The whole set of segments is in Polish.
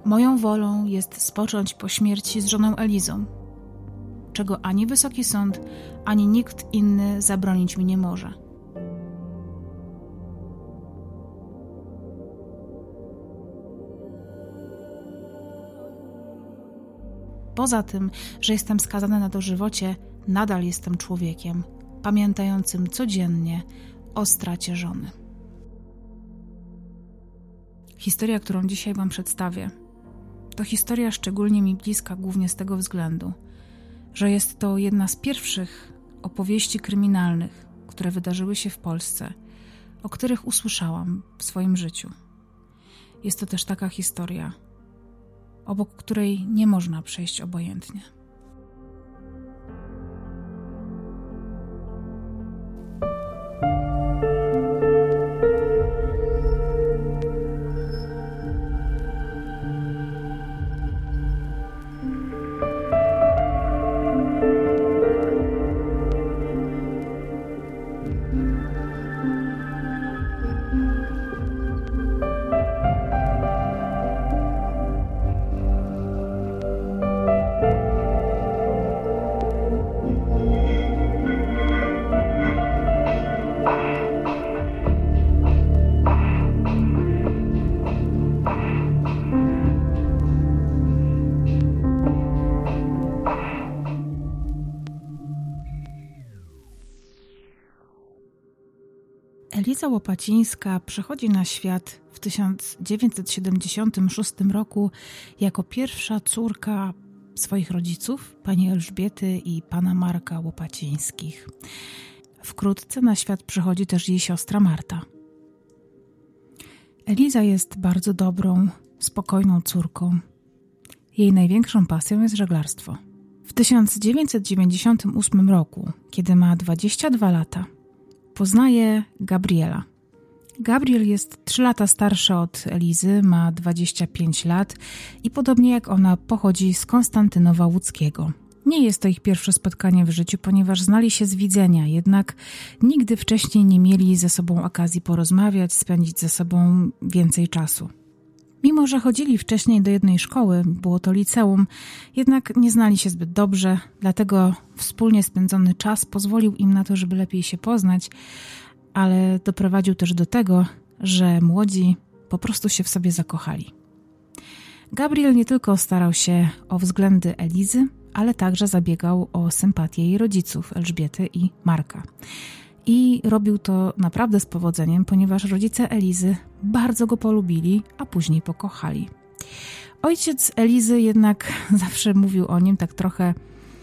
Moją wolą jest spocząć po śmierci z żoną Elizą, czego ani Wysoki Sąd, ani nikt inny zabronić mi nie może. Poza tym, że jestem skazany na dożywocie, nadal jestem człowiekiem, pamiętającym codziennie o stracie żony. Historia, którą dzisiaj Wam przedstawię, to historia szczególnie mi bliska głównie z tego względu, że jest to jedna z pierwszych opowieści kryminalnych, które wydarzyły się w Polsce, o których usłyszałam w swoim życiu. Jest to też taka historia, obok której nie można przejść obojętnie. Eliza Łopacińska przychodzi na świat w 1976 roku jako pierwsza córka swoich rodziców, pani Elżbiety i pana Marka Łopacińskich. Wkrótce na świat przychodzi też jej siostra Marta. Eliza jest bardzo dobrą, spokojną córką. Jej największą pasją jest żeglarstwo. W 1998 roku, kiedy ma 22 lata, poznaje Gabriela. Gabriel jest 3 lata starszy od Elizy, ma 25 lat i podobnie jak ona pochodzi z Konstantynowa Łódzkiego. Nie jest to ich pierwsze spotkanie w życiu, ponieważ znali się z widzenia, jednak nigdy wcześniej nie mieli ze sobą okazji porozmawiać, spędzić ze sobą więcej czasu. Mimo że chodzili wcześniej do jednej szkoły, było to liceum, jednak nie znali się zbyt dobrze, dlatego wspólnie spędzony czas pozwolił im na to, żeby lepiej się poznać, ale doprowadził też do tego, że młodzi po prostu się w sobie zakochali. Gabriel nie tylko starał się o względy Elizy, ale także zabiegał o sympatię jej rodziców, Elżbiety i Marka. I robił to naprawdę z powodzeniem, ponieważ rodzice Elizy bardzo go polubili, a później pokochali. Ojciec Elizy jednak zawsze mówił o nim tak trochę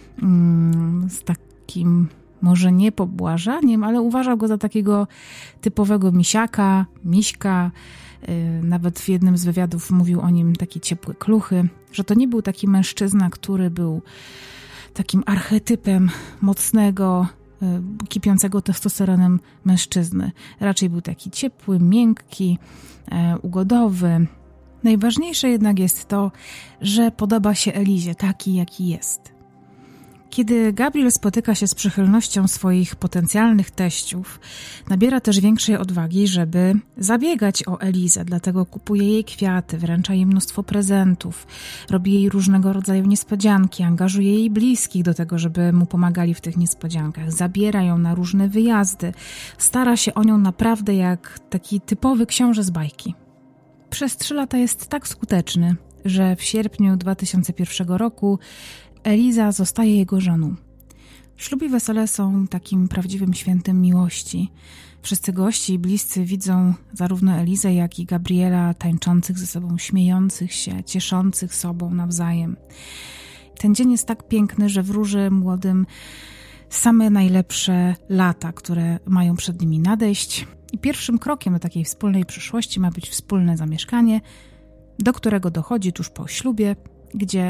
z takim może nie pobłażaniem, ale uważał go za takiego typowego misiaka, miśka. Nawet w jednym z wywiadów mówił o nim taki ciepły kluchy, że to nie był taki mężczyzna, który był takim archetypem mocnego, kipiącego testosteronem mężczyzny. Raczej był taki ciepły, miękki, ugodowy. Najważniejsze jednak jest to, że podoba się Elizie taki, jaki jest. Kiedy Gabriel spotyka się z przychylnością swoich potencjalnych teściów, nabiera też większej odwagi, żeby zabiegać o Elizę, dlatego kupuje jej kwiaty, wręcza jej mnóstwo prezentów, robi jej różnego rodzaju niespodzianki, angażuje jej bliskich do tego, żeby mu pomagali w tych niespodziankach, zabiera ją na różne wyjazdy, stara się o nią naprawdę jak taki typowy książę z bajki. Przez 3 lata jest tak skuteczny, że w sierpniu 2001 roku Eliza zostaje jego żoną. Ślub i wesele są takim prawdziwym świętem miłości. Wszyscy gości i bliscy widzą zarówno Elizę, jak i Gabriela tańczących ze sobą, śmiejących się, cieszących sobą nawzajem. Ten dzień jest tak piękny, że wróży młodym same najlepsze lata, które mają przed nimi nadejść. I pierwszym krokiem do takiej wspólnej przyszłości ma być wspólne zamieszkanie, do którego dochodzi tuż po ślubie, gdzie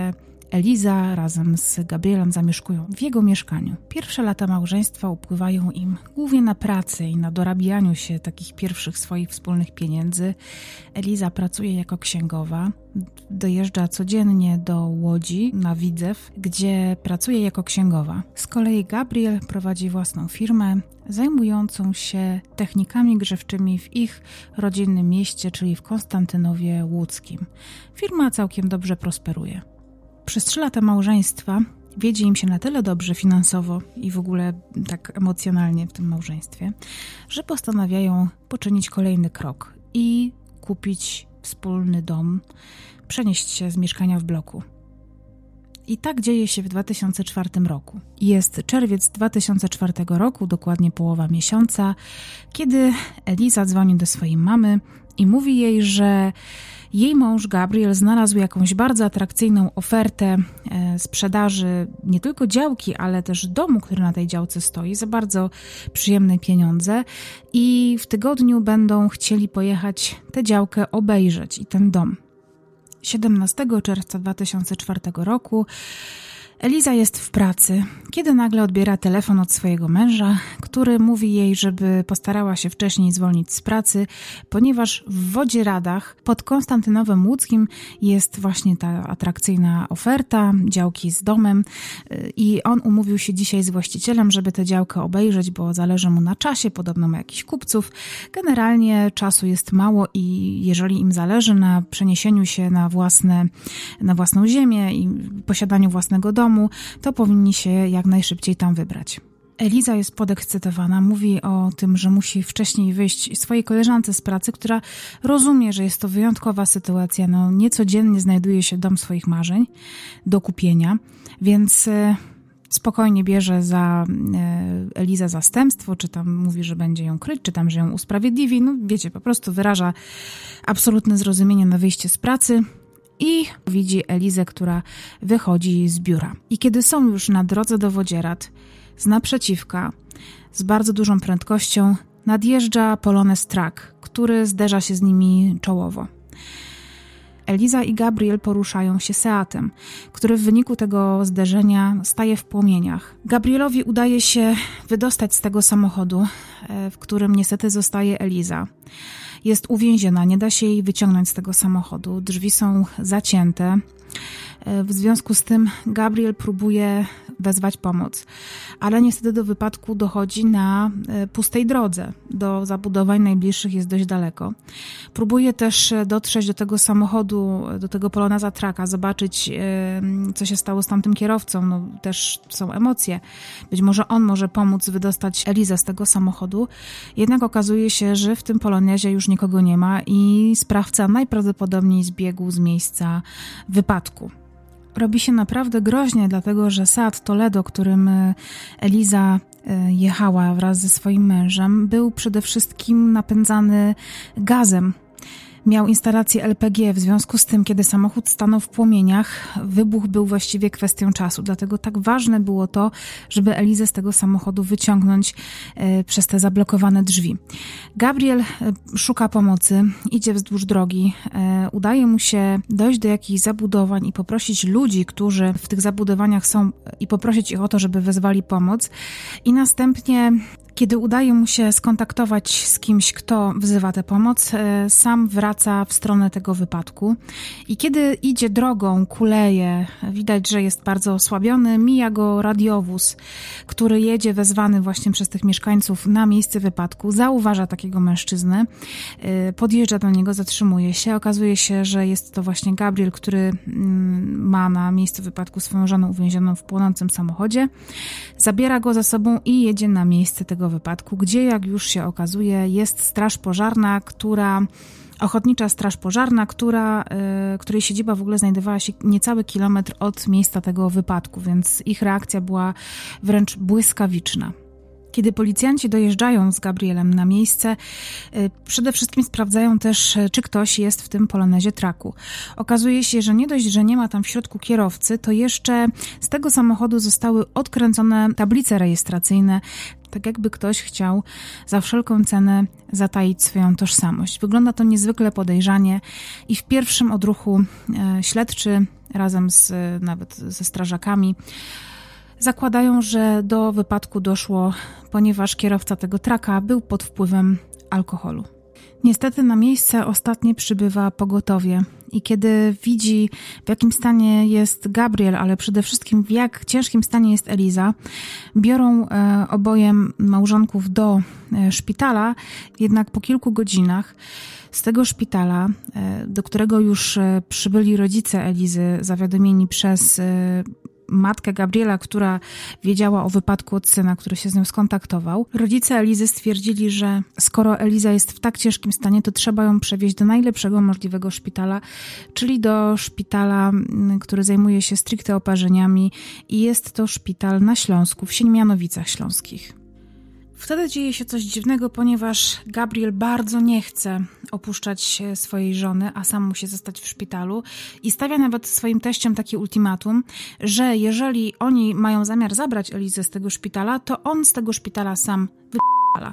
Eliza razem z Gabrielem zamieszkują w jego mieszkaniu. Pierwsze lata małżeństwa upływają im głównie na pracy i na dorabianiu się takich pierwszych swoich wspólnych pieniędzy. Eliza pracuje jako księgowa, dojeżdża codziennie do Łodzi na Widzew, gdzie pracuje jako księgowa. Z kolei Gabriel prowadzi własną firmę zajmującą się technikami grzewczymi w ich rodzinnym mieście, czyli w Konstantynowie Łódzkim. Firma całkiem dobrze prosperuje. Przez 3 lata małżeństwa wiedzie im się na tyle dobrze finansowo i w ogóle tak emocjonalnie w tym małżeństwie, że postanawiają poczynić kolejny krok i kupić wspólny dom, przenieść się z mieszkania w bloku. I tak dzieje się w 2004 roku. Jest czerwiec 2004 roku, dokładnie połowa miesiąca, kiedy Eliza dzwoni do swojej mamy i mówi jej, że jej mąż Gabriel znalazł jakąś bardzo atrakcyjną ofertę sprzedaży nie tylko działki, ale też domu, który na tej działce stoi, za bardzo przyjemne pieniądze i w tygodniu będą chcieli pojechać tę działkę obejrzeć i ten dom. 17 czerwca 2004 roku Eliza jest w pracy, kiedy nagle odbiera telefon od swojego męża, który mówi jej, żeby postarała się wcześniej zwolnić z pracy, ponieważ w Wodzieradach pod Konstantynowem Łódzkim jest właśnie ta atrakcyjna oferta działki z domem i on umówił się dzisiaj z właścicielem, żeby tę działkę obejrzeć, bo zależy mu na czasie, podobno ma jakichś kupców. Generalnie czasu jest mało i jeżeli im zależy na przeniesieniu się na własną ziemię i posiadaniu własnego domu, to powinni się jak najszybciej tam wybrać. Eliza jest podekscytowana, mówi o tym, że musi wcześniej wyjść swojej koleżance z pracy, która rozumie, że jest to wyjątkowa sytuacja, niecodziennie znajduje się dom swoich marzeń do kupienia, więc spokojnie bierze za Elizę zastępstwo, czy tam mówi, że będzie ją kryć, czy tam, że ją usprawiedliwi, wiecie, po prostu wyraża absolutne zrozumienie na wyjście z pracy. I widzi Elizę, która wychodzi z biura. I kiedy są już na drodze do Wodzierad, z naprzeciwka, z bardzo dużą prędkością nadjeżdża Polonez Truck, który zderza się z nimi czołowo. Eliza i Gabriel poruszają się Seatem, który w wyniku tego zderzenia staje w płomieniach. Gabrielowi udaje się wydostać z tego samochodu, w którym niestety zostaje Eliza. Jest uwięziona, nie da się jej wyciągnąć z tego samochodu. Drzwi są zacięte. W związku z tym Gabriel próbuje wezwać pomoc, ale niestety do wypadku dochodzi na pustej drodze. Do zabudowań najbliższych jest dość daleko. Próbuje też dotrzeć do tego samochodu, do tego Poloneza Trucka, zobaczyć, co się stało z tamtym kierowcą. Też są emocje. Być może on może pomóc wydostać Elizę z tego samochodu. Jednak okazuje się, że w tym Polonezie już nikogo nie ma i sprawca najprawdopodobniej zbiegł z miejsca wypadku. Robi się naprawdę groźnie, dlatego że Seat Toledo, którym Eliza jechała wraz ze swoim mężem, był przede wszystkim napędzany gazem. Miał instalację LPG, w związku z tym, kiedy samochód stanął w płomieniach, wybuch był właściwie kwestią czasu. Dlatego tak ważne było to, żeby Elizę z tego samochodu wyciągnąć przez te zablokowane drzwi. Gabriel szuka pomocy, idzie wzdłuż drogi, udaje mu się dojść do jakichś zabudowań i poprosić ludzi, którzy w tych zabudowaniach są, i poprosić ich o to, żeby wezwali pomoc. I następnie, kiedy udaje mu się skontaktować z kimś, kto wzywa tę pomoc, sam wraca w stronę tego wypadku. I kiedy idzie drogą, kuleje, widać, że jest bardzo osłabiony, mija go radiowóz, który jedzie wezwany właśnie przez tych mieszkańców na miejsce wypadku, zauważa takiego mężczyznę, podjeżdża do niego, zatrzymuje się. Okazuje się, że jest to właśnie Gabriel, który ma na miejscu wypadku swoją żonę uwięzioną w płonącym samochodzie. Zabiera go ze sobą i jedzie na miejsce tego wypadku, gdzie, jak już się okazuje, jest straż pożarna, ochotnicza straż pożarna, której siedziba w ogóle znajdowała się niecały kilometr od miejsca tego wypadku, więc ich reakcja była wręcz błyskawiczna. Kiedy policjanci dojeżdżają z Gabrielem na miejsce, przede wszystkim sprawdzają też, czy ktoś jest w tym Polonezie Tracku. Okazuje się, że nie dość, że nie ma tam w środku kierowcy, to jeszcze z tego samochodu zostały odkręcone tablice rejestracyjne, tak jakby ktoś chciał za wszelką cenę zataić swoją tożsamość. Wygląda to niezwykle podejrzanie i w pierwszym odruchu śledczy razem nawet ze strażakami zakładają, że do wypadku doszło, ponieważ kierowca tego Tracka był pod wpływem alkoholu. Niestety na miejsce ostatnie przybywa pogotowie i kiedy widzi, w jakim stanie jest Gabriel, ale przede wszystkim w jak ciężkim stanie jest Eliza, biorą oboje małżonków do szpitala, jednak po kilku godzinach z tego szpitala, do którego już przybyli rodzice Elizy, zawiadomieni przez matkę Gabriela, która wiedziała o wypadku od syna, który się z nią skontaktował. Rodzice Elizy stwierdzili, że skoro Eliza jest w tak ciężkim stanie, to trzeba ją przewieźć do najlepszego możliwego szpitala, czyli do szpitala, który zajmuje się stricte oparzeniami i jest to szpital na Śląsku, w Siemianowicach Śląskich. Wtedy dzieje się coś dziwnego, ponieważ Gabriel bardzo nie chce opuszczać swojej żony, a sam musi zostać w szpitalu i stawia nawet swoim teściom takie ultimatum, że jeżeli oni mają zamiar zabrać Elizę z tego szpitala, to on z tego szpitala sam wypala.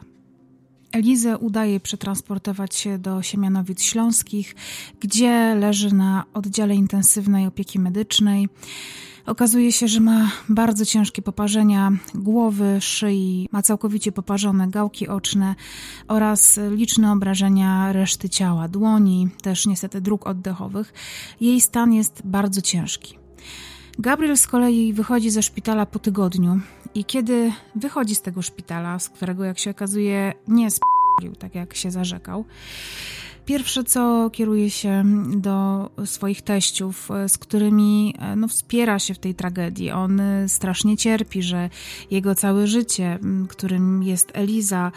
Elizę udaje przetransportować się do Siemianowic Śląskich, gdzie leży na oddziale intensywnej opieki medycznej. Okazuje się, że ma bardzo ciężkie poparzenia głowy, szyi, ma całkowicie poparzone gałki oczne oraz liczne obrażenia reszty ciała, dłoni, też niestety dróg oddechowych. Jej stan jest bardzo ciężki. Gabriel z kolei wychodzi ze szpitala po tygodniu i kiedy wychodzi z tego szpitala, z którego jak się okazuje nie sp***lił, tak jak się zarzekał, pierwsze co kieruje się do swoich teściów, z którymi wspiera się w tej tragedii. On strasznie cierpi, że jego całe życie, którym jest Eliza,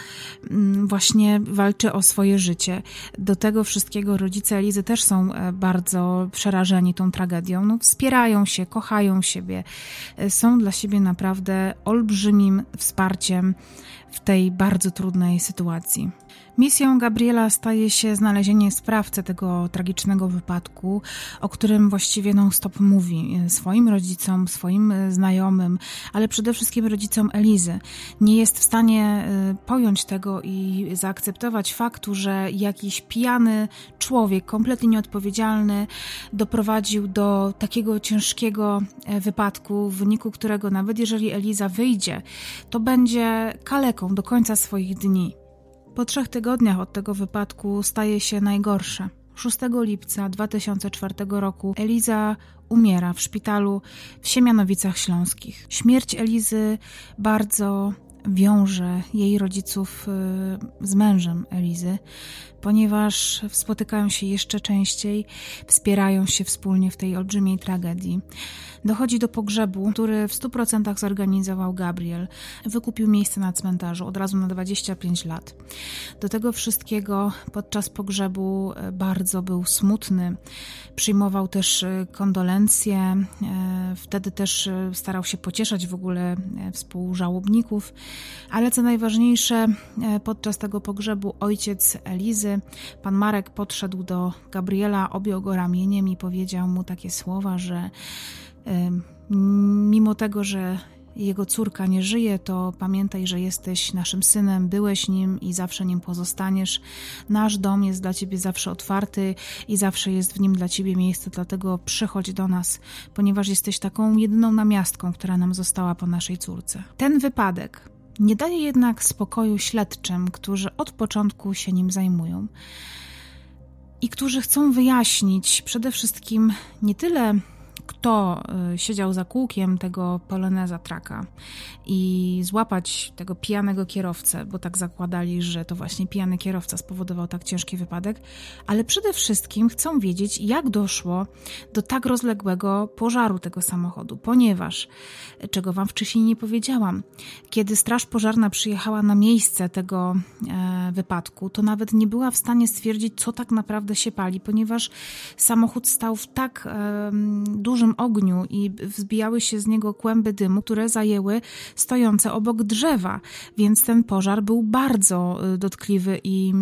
właśnie walczy o swoje życie. Do tego wszystkiego rodzice Elizy też są bardzo przerażeni tą tragedią. Wspierają się, kochają siebie, są dla siebie naprawdę olbrzymim wsparciem w tej bardzo trudnej sytuacji. Misją Gabriela staje się znalezienie sprawcy tego tragicznego wypadku, o którym właściwie non-stop mówi swoim rodzicom, swoim znajomym, ale przede wszystkim rodzicom Elizy. Nie jest w stanie pojąć tego i zaakceptować faktu, że jakiś pijany człowiek, kompletnie nieodpowiedzialny, doprowadził do takiego ciężkiego wypadku, w wyniku którego nawet jeżeli Eliza wyjdzie, to będzie kaleką do końca swoich dni. Po 3 tygodniach od tego wypadku staje się najgorsze. 6 lipca 2004 roku Eliza umiera w szpitalu w Siemianowicach Śląskich. Śmierć Elizy bardzo wiąże jej rodziców z mężem Elizy, ponieważ spotykają się jeszcze częściej, wspierają się wspólnie w tej olbrzymiej tragedii. Dochodzi do pogrzebu, który w 100% zorganizował Gabriel. Wykupił miejsce na cmentarzu od razu na 25 lat. Do tego wszystkiego podczas pogrzebu bardzo był smutny. Przyjmował też kondolencje. Wtedy też starał się pocieszać w ogóle współżałobników. Ale co najważniejsze, podczas tego pogrzebu ojciec Elizy, pan Marek, podszedł do Gabriela, objął go ramieniem i powiedział mu takie słowa, że mimo tego, że jego córka nie żyje, to pamiętaj, że jesteś naszym synem, byłeś nim i zawsze nim pozostaniesz. Nasz dom jest dla ciebie zawsze otwarty i zawsze jest w nim dla ciebie miejsce, dlatego przychodź do nas, ponieważ jesteś taką jedyną namiastką, która nam została po naszej córce. Ten wypadek nie daje jednak spokoju śledczym, którzy od początku się nim zajmują i którzy chcą wyjaśnić przede wszystkim nie tyle, kto siedział za kółkiem tego Poloneza Tracka i złapać tego pijanego kierowcę, bo tak zakładali, że to właśnie pijany kierowca spowodował tak ciężki wypadek, ale przede wszystkim chcą wiedzieć, jak doszło do tak rozległego pożaru tego samochodu, ponieważ, czego wam wcześniej nie powiedziałam, kiedy straż pożarna przyjechała na miejsce tego wypadku, to nawet nie była w stanie stwierdzić, co tak naprawdę się pali, ponieważ samochód stał w tak dużym dużym ogniu i wzbijały się z niego kłęby dymu, które zajęły stojące obok drzewa, więc ten pożar był bardzo dotkliwy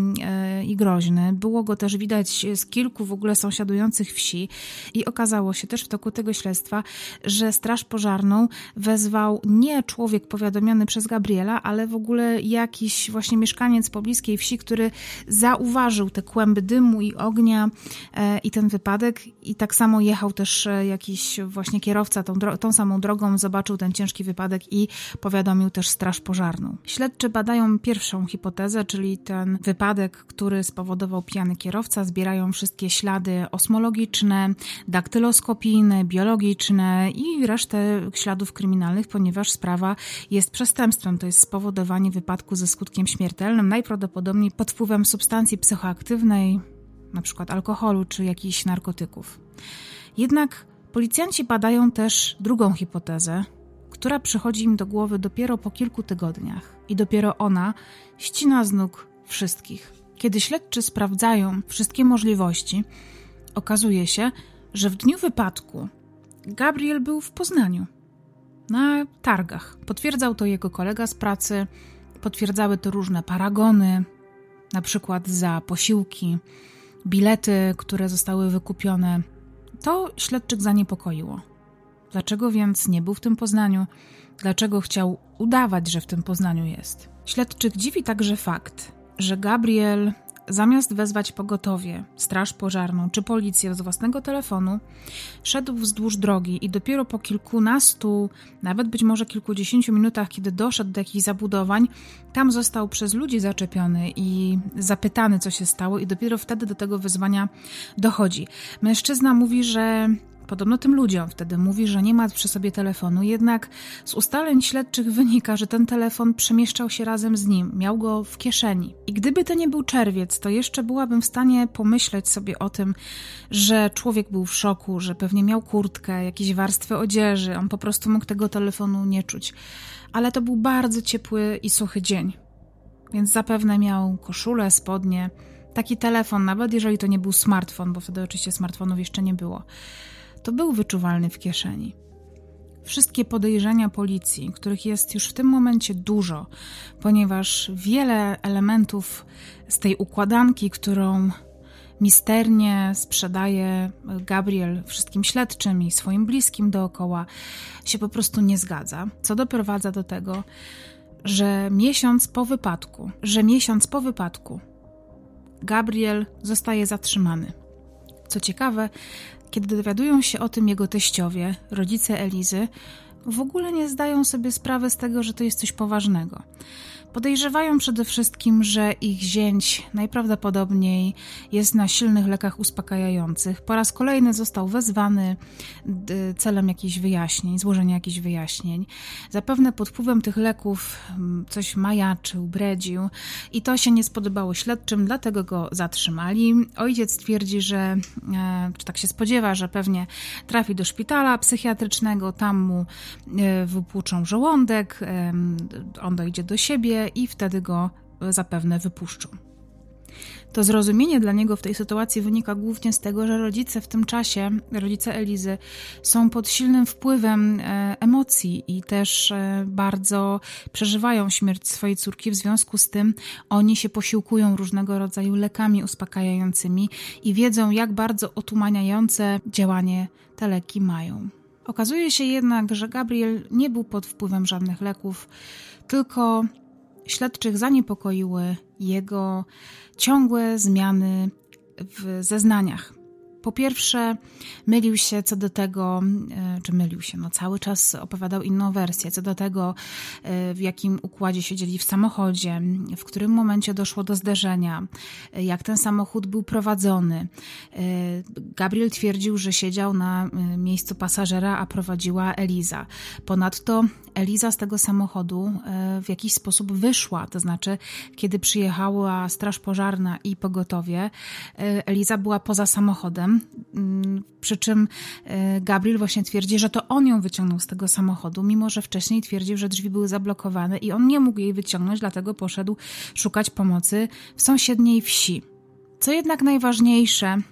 i groźny. Było go też widać z kilku w ogóle sąsiadujących wsi i okazało się też w toku tego śledztwa, że straż pożarną wezwał nie człowiek powiadomiony przez Gabriela, ale w ogóle jakiś właśnie mieszkaniec pobliskiej wsi, który zauważył te kłęby dymu i ognia i ten wypadek i tak samo jechał też jakiś właśnie kierowca tą samą drogą, zobaczył ten ciężki wypadek i powiadomił też straż pożarną. Śledczy badają pierwszą hipotezę, czyli ten wypadek, który spowodował pijany kierowca, zbierają wszystkie ślady osmologiczne, daktyloskopijne, biologiczne i resztę śladów kryminalnych, ponieważ sprawa jest przestępstwem, to jest spowodowanie wypadku ze skutkiem śmiertelnym, najprawdopodobniej pod wpływem substancji psychoaktywnej, na przykład alkoholu czy jakichś narkotyków. Jednak policjanci badają też drugą hipotezę, która przychodzi im do głowy dopiero po kilku tygodniach i dopiero ona ścina z nóg wszystkich. Kiedy śledczy sprawdzają wszystkie możliwości, okazuje się, że w dniu wypadku Gabriel był w Poznaniu, na targach. Potwierdzał to jego kolega z pracy, potwierdzały to różne paragony, na przykład za posiłki, bilety, które zostały wykupione. To śledczych zaniepokoiło. Dlaczego więc nie był w tym Poznaniu? Dlaczego chciał udawać, że w tym Poznaniu jest? Śledczych dziwi także fakt, że Gabriel zamiast wezwać pogotowie, straż pożarną czy policję z własnego telefonu, szedł wzdłuż drogi i dopiero po kilkunastu, nawet być może kilkudziesięciu minutach, kiedy doszedł do jakichś zabudowań, tam został przez ludzi zaczepiony i zapytany, co się stało, i dopiero wtedy do tego wyzwania dochodzi. Mężczyzna mówi, że podobno tym ludziom wtedy mówi, że nie ma przy sobie telefonu, jednak z ustaleń śledczych wynika, że ten telefon przemieszczał się razem z nim, miał go w kieszeni. I gdyby to nie był czerwiec, to jeszcze byłabym w stanie pomyśleć sobie o tym, że człowiek był w szoku, że pewnie miał kurtkę, jakieś warstwy odzieży, on po prostu mógł tego telefonu nie czuć. Ale to był bardzo ciepły i suchy dzień, więc zapewne miał koszulę, spodnie, taki telefon, nawet jeżeli to nie był smartfon, bo wtedy oczywiście smartfonów jeszcze nie było, to był wyczuwalny w kieszeni. Wszystkie podejrzenia policji, których jest już w tym momencie dużo, ponieważ wiele elementów z tej układanki, którą misternie sprzedaje Gabriel wszystkim śledczym i swoim bliskim dookoła, się po prostu nie zgadza, co doprowadza do tego, że miesiąc po wypadku Gabriel zostaje zatrzymany. Co ciekawe, kiedy dowiadują się o tym jego teściowie, rodzice Elizy, w ogóle nie zdają sobie sprawy z tego, że to jest coś poważnego. Podejrzewają przede wszystkim, że ich zięć najprawdopodobniej jest na silnych lekach uspokajających. Po raz kolejny został wezwany celem jakichś wyjaśnień, złożenia jakichś wyjaśnień. Zapewne pod wpływem tych leków coś majaczył, bredził i to się nie spodobało śledczym, dlatego go zatrzymali. Ojciec twierdzi, że, czy tak się spodziewa, że pewnie trafi do szpitala psychiatrycznego, tam mu wypłuczą żołądek, on dojdzie do siebie i wtedy go zapewne wypuszczą. To zrozumienie dla niego w tej sytuacji wynika głównie z tego, że rodzice w tym czasie, rodzice Elizy, są pod silnym wpływem emocji i też bardzo przeżywają śmierć swojej córki. W związku z tym oni się posiłkują różnego rodzaju lekami uspokajającymi i wiedzą, jak bardzo otumaniające działanie te leki mają. Okazuje się jednak, że Gabriel nie był pod wpływem żadnych leków, tylko śledczych zaniepokoiły jego ciągłe zmiany w zeznaniach. Po pierwsze, mylił się co do tego, cały czas opowiadał inną wersję, co do tego, w jakim układzie siedzieli w samochodzie, w którym momencie doszło do zderzenia, jak ten samochód był prowadzony. Gabriel twierdził, że siedział na miejscu pasażera, a prowadziła Eliza. Ponadto Eliza z tego samochodu w jakiś sposób wyszła, to znaczy, kiedy przyjechała straż pożarna i pogotowie, Eliza była poza samochodem, przy czym Gabriel właśnie twierdzi, że to on ją wyciągnął z tego samochodu, mimo że wcześniej twierdził, że drzwi były zablokowane i on nie mógł jej wyciągnąć, dlatego poszedł szukać pomocy w sąsiedniej wsi. Co jednak najważniejsze,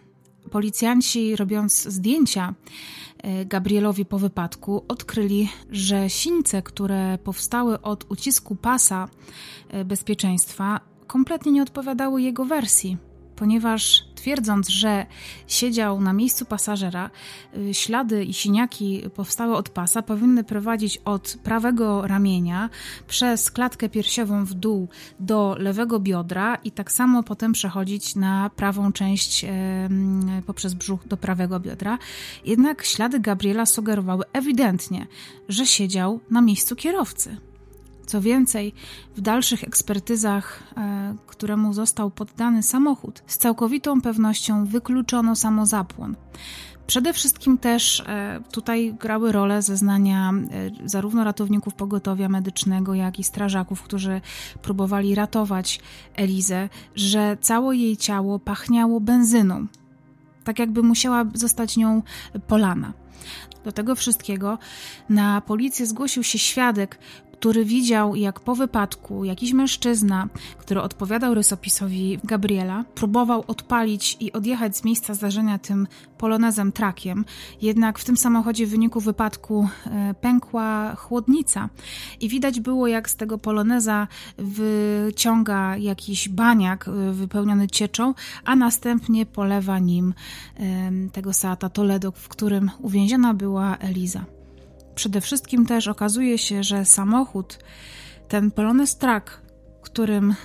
Policjanci, robiąc zdjęcia Gabrielowi po wypadku, odkryli, że sińce, które powstały od ucisku pasa bezpieczeństwa, kompletnie nie odpowiadały jego wersji, ponieważ twierdząc, że siedział na miejscu pasażera, ślady i siniaki powstałe od pasa powinny prowadzić od prawego ramienia przez klatkę piersiową w dół do lewego biodra i tak samo potem przechodzić na prawą część poprzez brzuch do prawego biodra. Jednak ślady Gabriela sugerowały ewidentnie, że siedział na miejscu kierowcy. Co więcej, w dalszych ekspertyzach, któremu został poddany samochód, z całkowitą pewnością wykluczono samozapłon. Przede wszystkim też tutaj grały rolę zeznania zarówno ratowników pogotowia medycznego, jak i strażaków, którzy próbowali ratować Elizę, że całe jej ciało pachniało benzyną, tak jakby musiała zostać nią polana. Do tego wszystkiego na policję zgłosił się świadek, który widział, jak po wypadku jakiś mężczyzna, który odpowiadał rysopisowi Gabriela, próbował odpalić i odjechać z miejsca zdarzenia tym polonezem trakiem, jednak w tym samochodzie w wyniku wypadku pękła chłodnica i widać było, jak z tego poloneza wyciąga jakiś baniak wypełniony cieczą, a następnie polewa nim tego Seata Toledo, w którym uwięziona była Eliza. Przede wszystkim też okazuje się, że samochód, ten Polonez Track, którym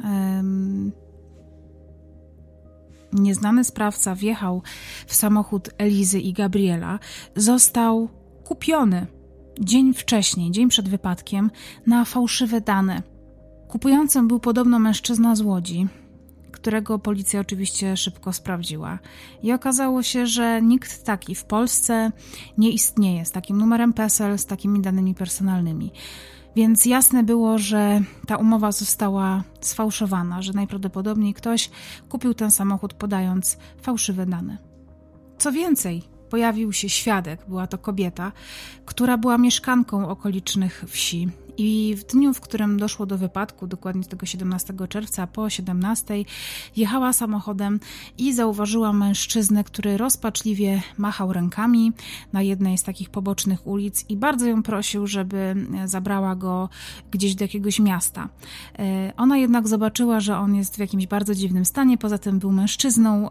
nieznany sprawca wjechał w samochód Elizy i Gabriela, został kupiony dzień wcześniej, dzień przed wypadkiem, na fałszywe dane. Kupującym był podobno mężczyzna z Łodzi, którego policja oczywiście szybko sprawdziła. I okazało się, że nikt taki w Polsce nie istnieje z takim numerem PESEL, z takimi danymi personalnymi. Więc jasne było, że ta umowa została sfałszowana, że najprawdopodobniej ktoś kupił ten samochód podając fałszywe dane. Co więcej, pojawił się świadek, była to kobieta, która była mieszkanką okolicznych wsi. I w dniu, w którym doszło do wypadku, dokładnie tego 17 czerwca po 17, jechała samochodem i zauważyła mężczyznę, który rozpaczliwie machał rękami na jednej z takich pobocznych ulic i bardzo ją prosił, żeby zabrała go gdzieś do jakiegoś miasta. Ona jednak zobaczyła, że on jest w jakimś bardzo dziwnym stanie, poza tym był mężczyzną,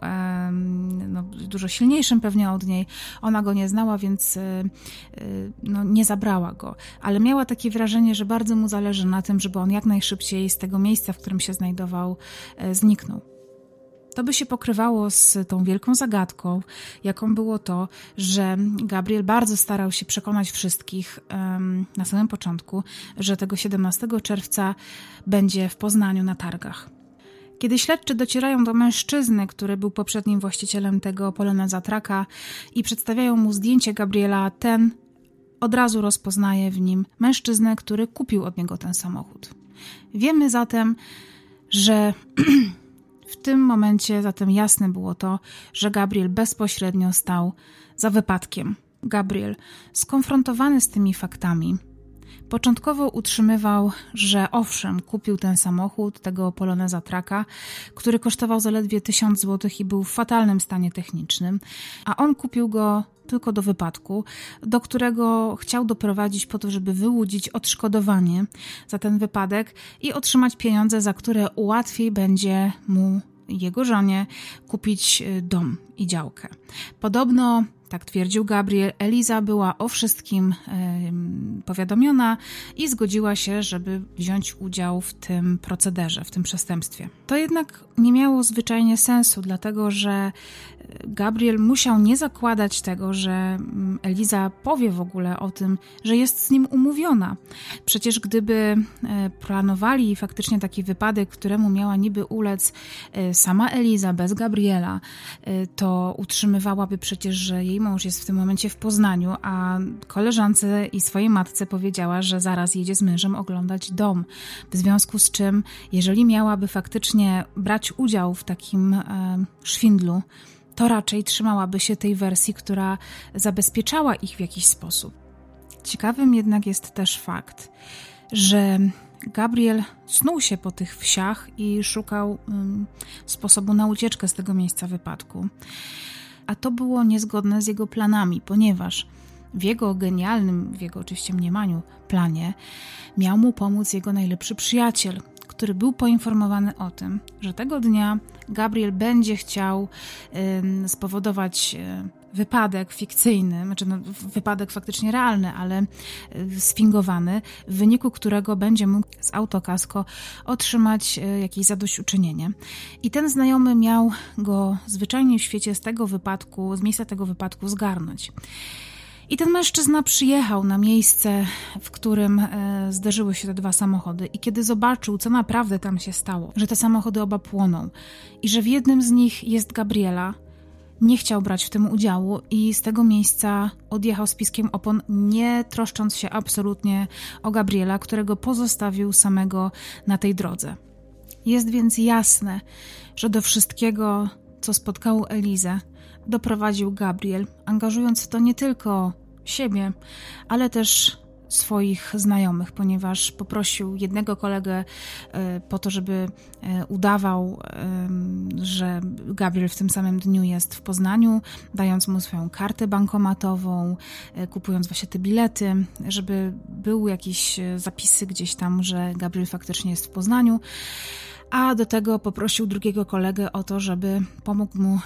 dużo silniejszym pewnie od niej. Ona go nie znała, więc nie zabrała go. Ale miała takie wrażenie, że bardzo mu zależy na tym, żeby on jak najszybciej z tego miejsca, w którym się znajdował, zniknął. To by się pokrywało z tą wielką zagadką, jaką było to, że Gabriel bardzo starał się przekonać wszystkich na samym początku, że tego 17 czerwca będzie w Poznaniu na targach. Kiedy śledczy docierają do mężczyzny, który był poprzednim właścicielem tego Poloneza Tracka i przedstawiają mu zdjęcie Gabriela, ten od razu rozpoznaje w nim mężczyznę, który kupił od niego ten samochód. Wiemy zatem, że w tym momencie zatem jasne było to, że Gabriel bezpośrednio stał za wypadkiem. Gabriel, skonfrontowany z tymi faktami, początkowo utrzymywał, że owszem, kupił ten samochód, tego Poloneza Tracka, który kosztował zaledwie 1000 zł i był w fatalnym stanie technicznym, a on kupił go tylko do wypadku, do którego chciał doprowadzić po to, żeby wyłudzić odszkodowanie za ten wypadek i otrzymać pieniądze, za które łatwiej będzie mu, jego żonie, kupić dom i działkę. Podobno, tak twierdził Gabriel, Eliza była o wszystkim powiadomiona i zgodziła się, żeby wziąć udział w tym procederze, w tym przestępstwie. To jednak nie miało zwyczajnie sensu, dlatego że Gabriel musiał nie zakładać tego, że Eliza powie w ogóle o tym, że jest z nim umówiona. Przecież gdyby planowali faktycznie taki wypadek, któremu miała niby ulec sama Eliza bez Gabriela, to utrzymywałaby przecież, że jej mąż jest w tym momencie w Poznaniu, a koleżance i swojej matce powiedziała, że zaraz jedzie z mężem oglądać dom. W związku z czym, jeżeli miałaby faktycznie brać udział w takim szwindlu, to raczej trzymałaby się tej wersji, która zabezpieczała ich w jakiś sposób. Ciekawym jednak jest też fakt, że Gabriel snuł się po tych wsiach i szukał sposobu na ucieczkę z tego miejsca wypadku. a to było niezgodne z jego planami, ponieważ w jego genialnym, w jego oczywiście mniemaniu, planie miał mu pomóc jego najlepszy przyjaciel, który był poinformowany o tym, że tego dnia Gabriel będzie chciał spowodować wypadek fikcyjny, wypadek faktycznie realny, ale sfingowany, w wyniku którego będzie mógł z autokasko otrzymać jakieś zadośćuczynienie. I ten znajomy miał go zwyczajnie w świecie z miejsca tego wypadku zgarnąć. I ten mężczyzna przyjechał na miejsce, w którym zderzyły się te dwa samochody i kiedy zobaczył, co naprawdę tam się stało, że te samochody oba płoną i że w jednym z nich jest Gabriela, nie chciał brać w tym udziału i z tego miejsca odjechał z piskiem opon, nie troszcząc się absolutnie o Gabriela, którego pozostawił samego na tej drodze. Jest więc jasne, że do wszystkiego, co spotkało Elizę, doprowadził Gabriel, angażując w to nie tylko siebie, ale też swoich znajomych, ponieważ poprosił jednego kolegę po to, żeby udawał, że Gabriel w tym samym dniu jest w Poznaniu, dając mu swoją kartę bankomatową, kupując właśnie te bilety, żeby były jakieś zapisy gdzieś tam, że Gabriel faktycznie jest w Poznaniu. A do tego poprosił drugiego kolegę o to, żeby pomógł mu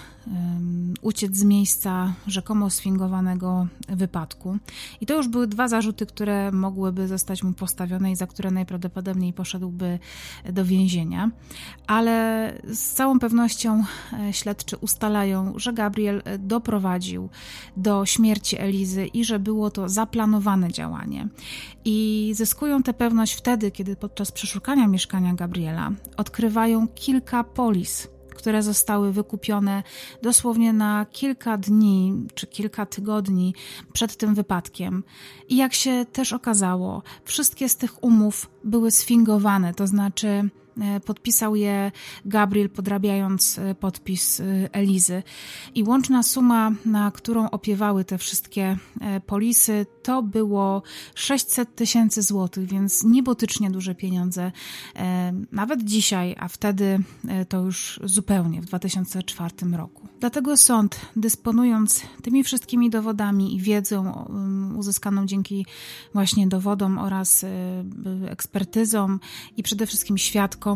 uciec z miejsca rzekomo sfingowanego wypadku. I to już były dwa zarzuty, które mogłyby zostać mu postawione i za które najprawdopodobniej poszedłby do więzienia. Ale z całą pewnością śledczy ustalają, że Gabriel doprowadził do śmierci Elizy i że było to zaplanowane działanie. I zyskują tę pewność wtedy, kiedy podczas przeszukania mieszkania Gabriela odkrywają kilka polis, które zostały wykupione dosłownie na kilka dni czy kilka tygodni przed tym wypadkiem. I jak się też okazało, wszystkie z tych umów były sfingowane, to znaczy podpisał je Gabriel, podrabiając podpis Elizy. I łączna suma, na którą opiewały te wszystkie polisy, to było 600 000 złotych, więc niebotycznie duże pieniądze. Nawet dzisiaj, a wtedy to już zupełnie w 2004 roku. Dlatego sąd, dysponując tymi wszystkimi dowodami i wiedzą uzyskaną dzięki właśnie dowodom oraz ekspertyzom i przede wszystkim świadkom,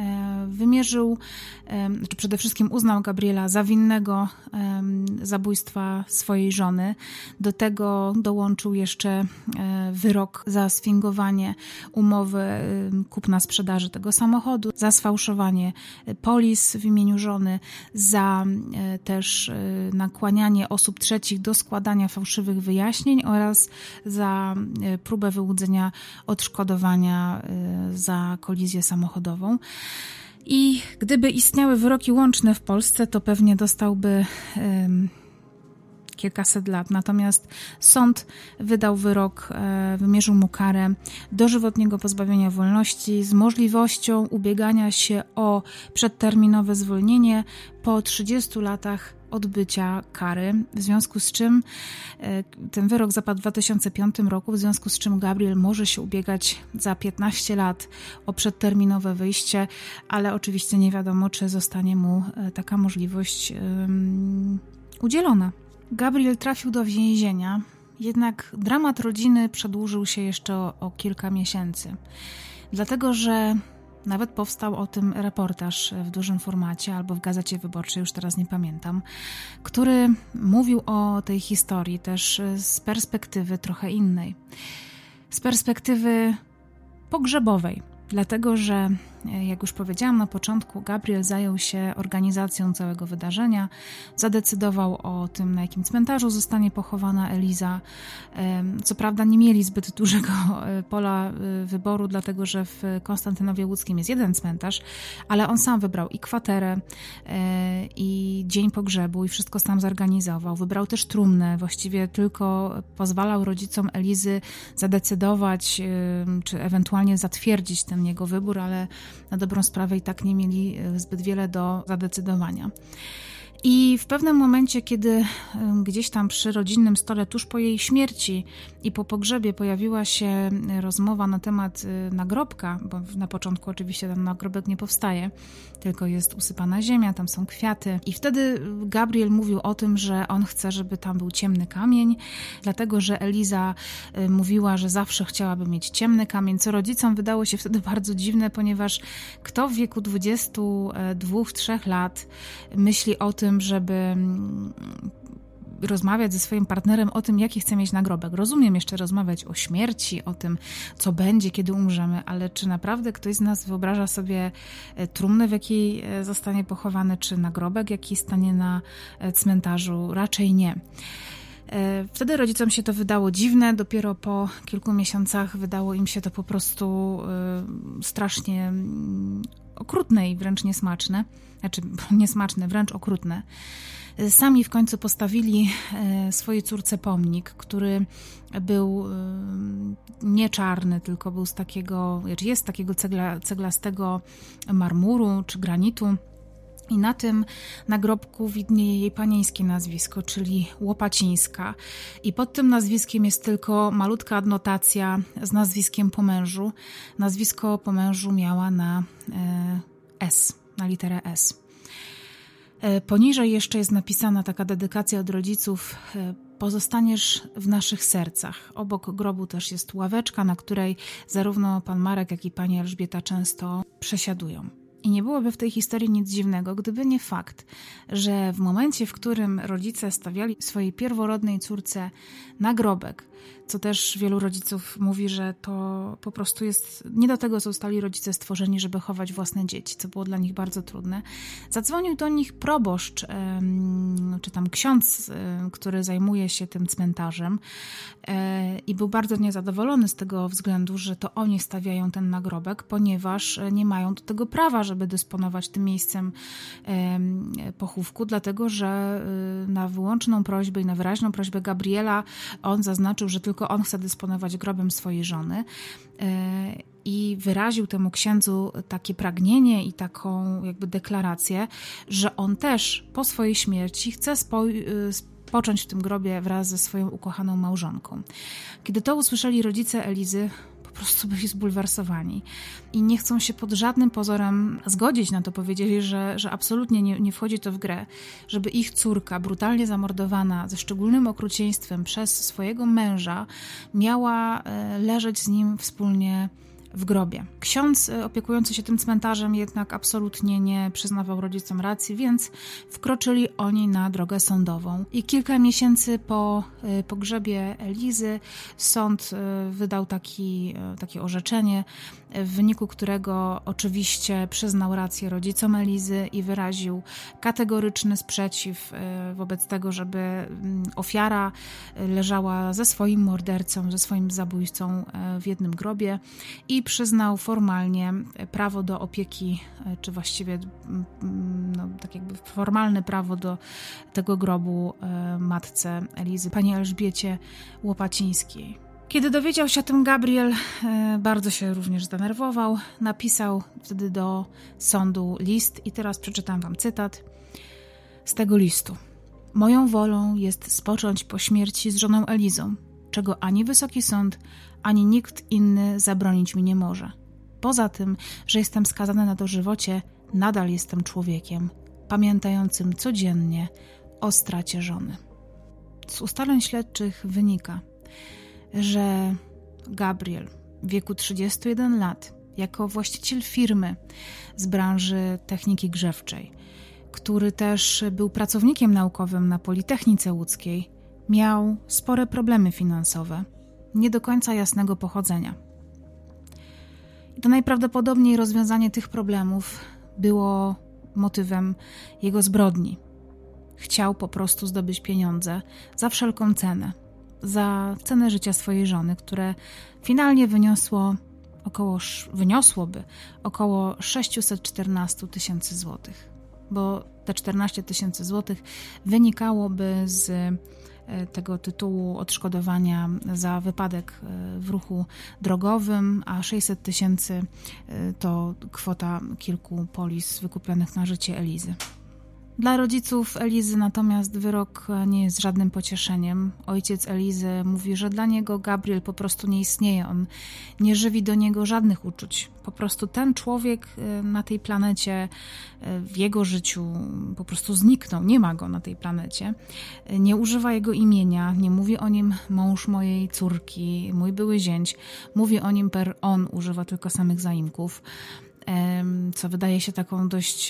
przede wszystkim uznał Gabriela za winnego zabójstwa swojej żony. Do tego dołączył jeszcze wyrok za sfingowanie umowy kupna-sprzedaży tego samochodu, za sfałszowanie polis w imieniu żony, za też nakłanianie osób trzecich do składania fałszywych wyjaśnień oraz za próbę wyłudzenia odszkodowania za kolizję samochodową. I gdyby istniały wyroki łączne w Polsce, to pewnie dostałby kilkaset lat. Natomiast sąd wydał wyrok, wymierzył mu karę dożywotniego pozbawienia wolności z możliwością ubiegania się o przedterminowe zwolnienie po 30 latach odbycia kary, w związku z czym ten wyrok zapadł w 2005 roku, w związku z czym Gabriel może się ubiegać za 15 lat o przedterminowe wyjście, ale oczywiście nie wiadomo, czy zostanie mu taka możliwość udzielona. Gabriel trafił do więzienia, jednak dramat rodziny przedłużył się jeszcze o kilka miesięcy, dlatego że nawet powstał o tym reportaż w dużym formacie albo w Gazecie Wyborczej, już teraz nie pamiętam, który mówił o tej historii też z perspektywy trochę innej. Z perspektywy pogrzebowej, dlatego że, jak już powiedziałam na początku, Gabriel zajął się organizacją całego wydarzenia, zadecydował o tym, na jakim cmentarzu zostanie pochowana Eliza. Co prawda nie mieli zbyt dużego pola wyboru, dlatego że w Konstantynowie Łódzkim jest jeden cmentarz, ale on sam wybrał i kwaterę, i dzień pogrzebu, i wszystko sam zorganizował. Wybrał też trumnę, właściwie tylko pozwalał rodzicom Elizy zadecydować, czy ewentualnie zatwierdzić ten jego wybór, ale na dobrą sprawę i tak nie mieli zbyt wiele do zadecydowania. I w pewnym momencie, kiedy gdzieś tam przy rodzinnym stole, tuż po jej śmierci i po pogrzebie pojawiła się rozmowa na temat nagrobka, bo na początku oczywiście ten nagrobek nie powstaje, tylko jest usypana ziemia, tam są kwiaty. I wtedy Gabriel mówił o tym, że on chce, żeby tam był ciemny kamień, dlatego że Eliza mówiła, że zawsze chciałaby mieć ciemny kamień, co rodzicom wydało się wtedy bardzo dziwne, ponieważ kto w wieku 22-23 lat myśli o tym, żeby rozmawiać ze swoim partnerem o tym, jaki chce mieć nagrobek. Rozumiem jeszcze rozmawiać o śmierci, o tym, co będzie, kiedy umrzemy, ale czy naprawdę ktoś z nas wyobraża sobie trumnę, w jakiej zostanie pochowany, czy nagrobek, jaki stanie na cmentarzu? Raczej nie. Wtedy rodzicom się to wydało dziwne, dopiero po kilku miesiącach wydało im się to po prostu strasznie okrutne i wręcz niesmaczne. Znaczy niesmaczne, wręcz okrutne. Sami w końcu postawili swojej córce pomnik, który był nie czarny, tylko był jest z takiego ceglastego marmuru czy granitu. I na tym nagrobku widnieje jej panieńskie nazwisko, czyli Łopacińska. I pod tym nazwiskiem jest tylko malutka adnotacja z nazwiskiem po mężu. Nazwisko po mężu miała na S, na literę S. Poniżej jeszcze jest napisana taka dedykacja od rodziców: pozostaniesz w naszych sercach. Obok grobu też jest ławeczka, na której zarówno pan Marek, jak i pani Elżbieta często przesiadują. I nie byłoby w tej historii nic dziwnego, gdyby nie fakt, że w momencie, w którym rodzice stawiali swojej pierworodnej córce nagrobek, co też wielu rodziców mówi, że to po prostu jest nie do tego zostali rodzice stworzeni, żeby chować własne dzieci, co było dla nich bardzo trudne. Zadzwonił do nich proboszcz, czy tam ksiądz, który zajmuje się tym cmentarzem, i był bardzo niezadowolony z tego względu, że to oni stawiają ten nagrobek, ponieważ nie mają do tego prawa, żeby dysponować tym miejscem pochówku, dlatego że na wyłączną prośbę i na wyraźną prośbę Gabriela on zaznaczył, że tylko on chce dysponować grobem swojej żony i wyraził temu księdzu takie pragnienie i taką jakby deklarację, że on też po swojej śmierci chce spocząć w tym grobie wraz ze swoją ukochaną małżonką. Kiedy to usłyszeli rodzice Elizy, po prostu byli zbulwersowani i nie chcą się pod żadnym pozorem zgodzić na to. Powiedzieli, że absolutnie nie wchodzi to w grę, żeby ich córka, brutalnie zamordowana ze szczególnym okrucieństwem przez swojego męża, miała leżeć z nim wspólnie w grobie. Ksiądz opiekujący się tym cmentarzem jednak absolutnie nie przyznawał rodzicom racji, więc wkroczyli oni na drogę sądową. I kilka miesięcy po pogrzebie Elizy sąd wydał takie orzeczenie, w wyniku którego oczywiście przyznał rację rodzicom Elizy i wyraził kategoryczny sprzeciw wobec tego, żeby ofiara leżała ze swoim mordercą, ze swoim zabójcą w jednym grobie i przyznał formalnie prawo do opieki, czy właściwie tak jakby formalne prawo do tego grobu matce Elizy, pani Elżbiecie Łopacińskiej. Kiedy dowiedział się o tym Gabriel, bardzo się również zdenerwował. Napisał wtedy do sądu list i teraz przeczytam wam cytat z tego listu. Moją wolą jest spocząć po śmierci z żoną Elizą, czego ani Wysoki Sąd, ani nikt inny zabronić mi nie może. Poza tym, że jestem skazany na dożywocie, nadal jestem człowiekiem, pamiętającym codziennie o stracie żony. Z ustaleń śledczych wynika, że Gabriel w wieku 31 lat, jako właściciel firmy z branży techniki grzewczej, który też był pracownikiem naukowym na Politechnice Łódzkiej, miał spore problemy finansowe, nie do końca jasnego pochodzenia. I to najprawdopodobniej rozwiązanie tych problemów było motywem jego zbrodni. Chciał po prostu zdobyć pieniądze za wszelką cenę, za cenę życia swojej żony, które finalnie wyniosłoby około 614 000 złotych, bo te 14 000 złotych wynikałoby z tego tytułu odszkodowania za wypadek w ruchu drogowym, a 600 000 to kwota kilku polis wykupionych na życie Elizy. Dla rodziców Elizy natomiast wyrok nie jest żadnym pocieszeniem. Ojciec Elizy mówi, że dla niego Gabriel po prostu nie istnieje. On nie żywi do niego żadnych uczuć. Po prostu ten człowiek na tej planecie, w jego życiu po prostu zniknął. Nie ma go na tej planecie. Nie używa jego imienia, nie mówi o nim mąż mojej córki, mój były zięć. Mówi o nim per on, używa tylko samych zaimków, co wydaje się taką dość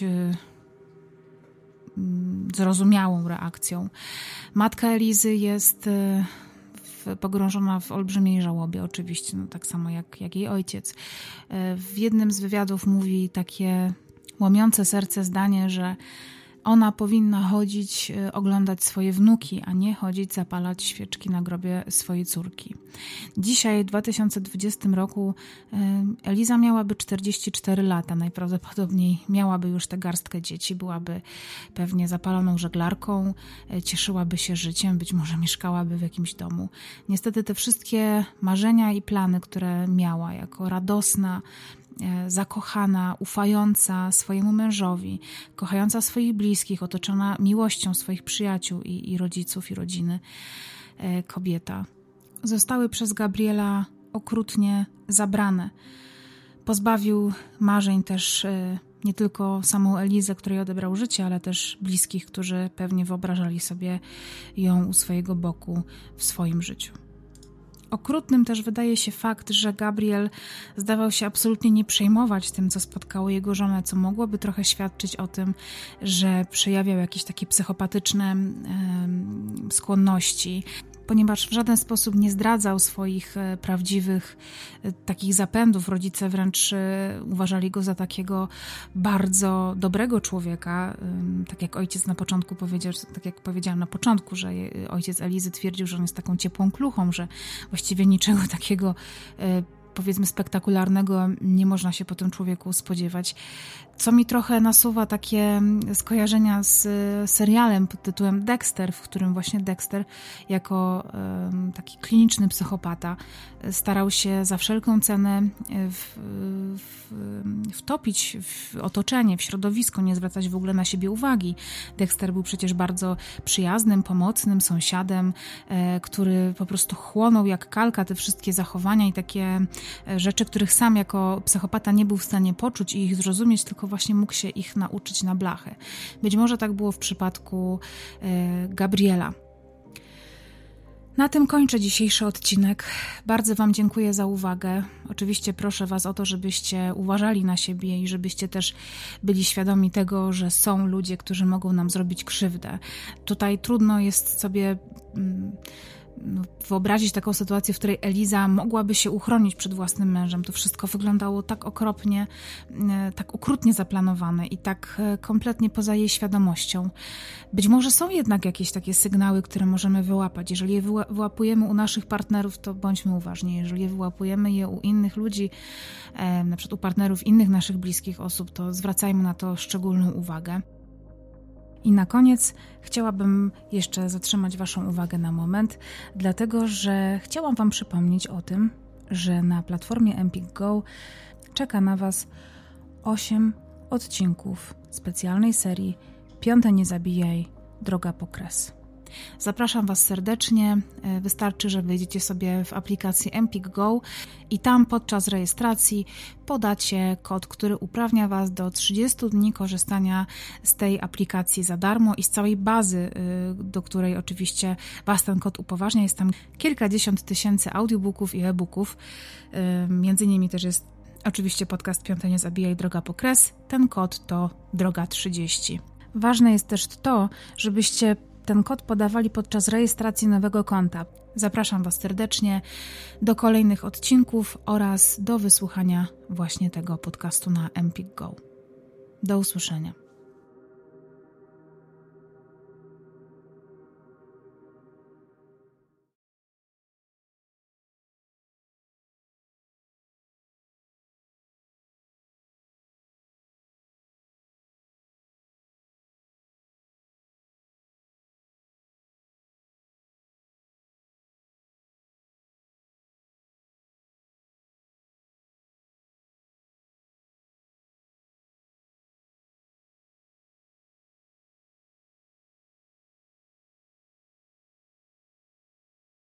zrozumiałą reakcją. Matka Elizy jest pogrążona w olbrzymiej żałobie, oczywiście, tak samo jak jej ojciec. W jednym z wywiadów mówi takie łamiące serce zdanie, że ona powinna chodzić, oglądać swoje wnuki, a nie chodzić, zapalać świeczki na grobie swojej córki. Dzisiaj, w 2020 roku, Eliza miałaby 44 lata. Najprawdopodobniej miałaby już tę garstkę dzieci, byłaby pewnie zapaloną żeglarką, cieszyłaby się życiem, być może mieszkałaby w jakimś domu. Niestety te wszystkie marzenia i plany, które miała jako radosna, zakochana, ufająca swojemu mężowi, kochająca swoich bliskich, otoczona miłością swoich przyjaciół i rodziców i rodziny kobieta, zostały przez Gabriela okrutnie zabrane. Pozbawił marzeń też nie tylko samą Elizę, której odebrał życie, ale też bliskich, którzy pewnie wyobrażali sobie ją u swojego boku w swoim życiu. Okrutnym też wydaje się fakt, że Gabriel zdawał się absolutnie nie przejmować tym, co spotkało jego żonę, co mogłoby trochę świadczyć o tym, że przejawiał jakieś takie psychopatyczne skłonności, ponieważ w żaden sposób nie zdradzał swoich prawdziwych takich zapędów. Rodzice wręcz uważali go za takiego bardzo dobrego człowieka, tak jak ojciec na początku powiedział, tak jak powiedziałam na początku, że ojciec Elizy twierdził, że on jest taką ciepłą kluchą, że właściwie niczego takiego powiedzmy spektakularnego nie można się po tym człowieku spodziewać. Co mi trochę nasuwa takie skojarzenia z serialem pod tytułem Dexter, w którym właśnie Dexter jako taki kliniczny psychopata starał się za wszelką cenę wtopić w otoczenie, w środowisko, nie zwracać w ogóle na siebie uwagi. Dexter był przecież bardzo przyjaznym, pomocnym sąsiadem, który po prostu chłonął jak kalka te wszystkie zachowania i takie rzeczy, których sam jako psychopata nie był w stanie poczuć i ich zrozumieć, tylko właśnie mógł się ich nauczyć na blachę. Być może tak było w przypadku Gabriela. Na tym kończę dzisiejszy odcinek. Bardzo Wam dziękuję za uwagę. Oczywiście proszę Was o to, żebyście uważali na siebie i żebyście też byli świadomi tego, że są ludzie, którzy mogą nam zrobić krzywdę. Tutaj trudno jest sobie wyobrazić taką sytuację, w której Eliza mogłaby się uchronić przed własnym mężem. To wszystko wyglądało tak okropnie, tak okrutnie zaplanowane i tak kompletnie poza jej świadomością. Być może są jednak jakieś takie sygnały, które możemy wyłapać. Jeżeli je wyłapujemy u naszych partnerów, to bądźmy uważni. Jeżeli je wyłapujemy je u innych ludzi, na przykład u partnerów innych naszych bliskich osób, to zwracajmy na to szczególną uwagę. I na koniec chciałabym jeszcze zatrzymać Waszą uwagę na moment, dlatego że chciałam Wam przypomnieć o tym, że na platformie Empik Go czeka na Was 8 odcinków specjalnej serii Piąte nie zabijaj, droga po kres. Zapraszam Was serdecznie, wystarczy, że wejdziecie sobie w aplikację Empik Go i tam podczas rejestracji podacie kod, który uprawnia Was do 30 dni korzystania z tej aplikacji za darmo i z całej bazy, do której oczywiście Was ten kod upoważnia. Jest tam kilkadziesiąt tysięcy audiobooków i e-booków, między innymi też jest oczywiście podcast Piąte nie zabijaj, droga po kres. Ten kod to droga 30. Ważne jest też to, żebyście ten kod podawali podczas rejestracji nowego konta. Zapraszam Was serdecznie do kolejnych odcinków oraz do wysłuchania właśnie tego podcastu na Empik Go. Do usłyszenia.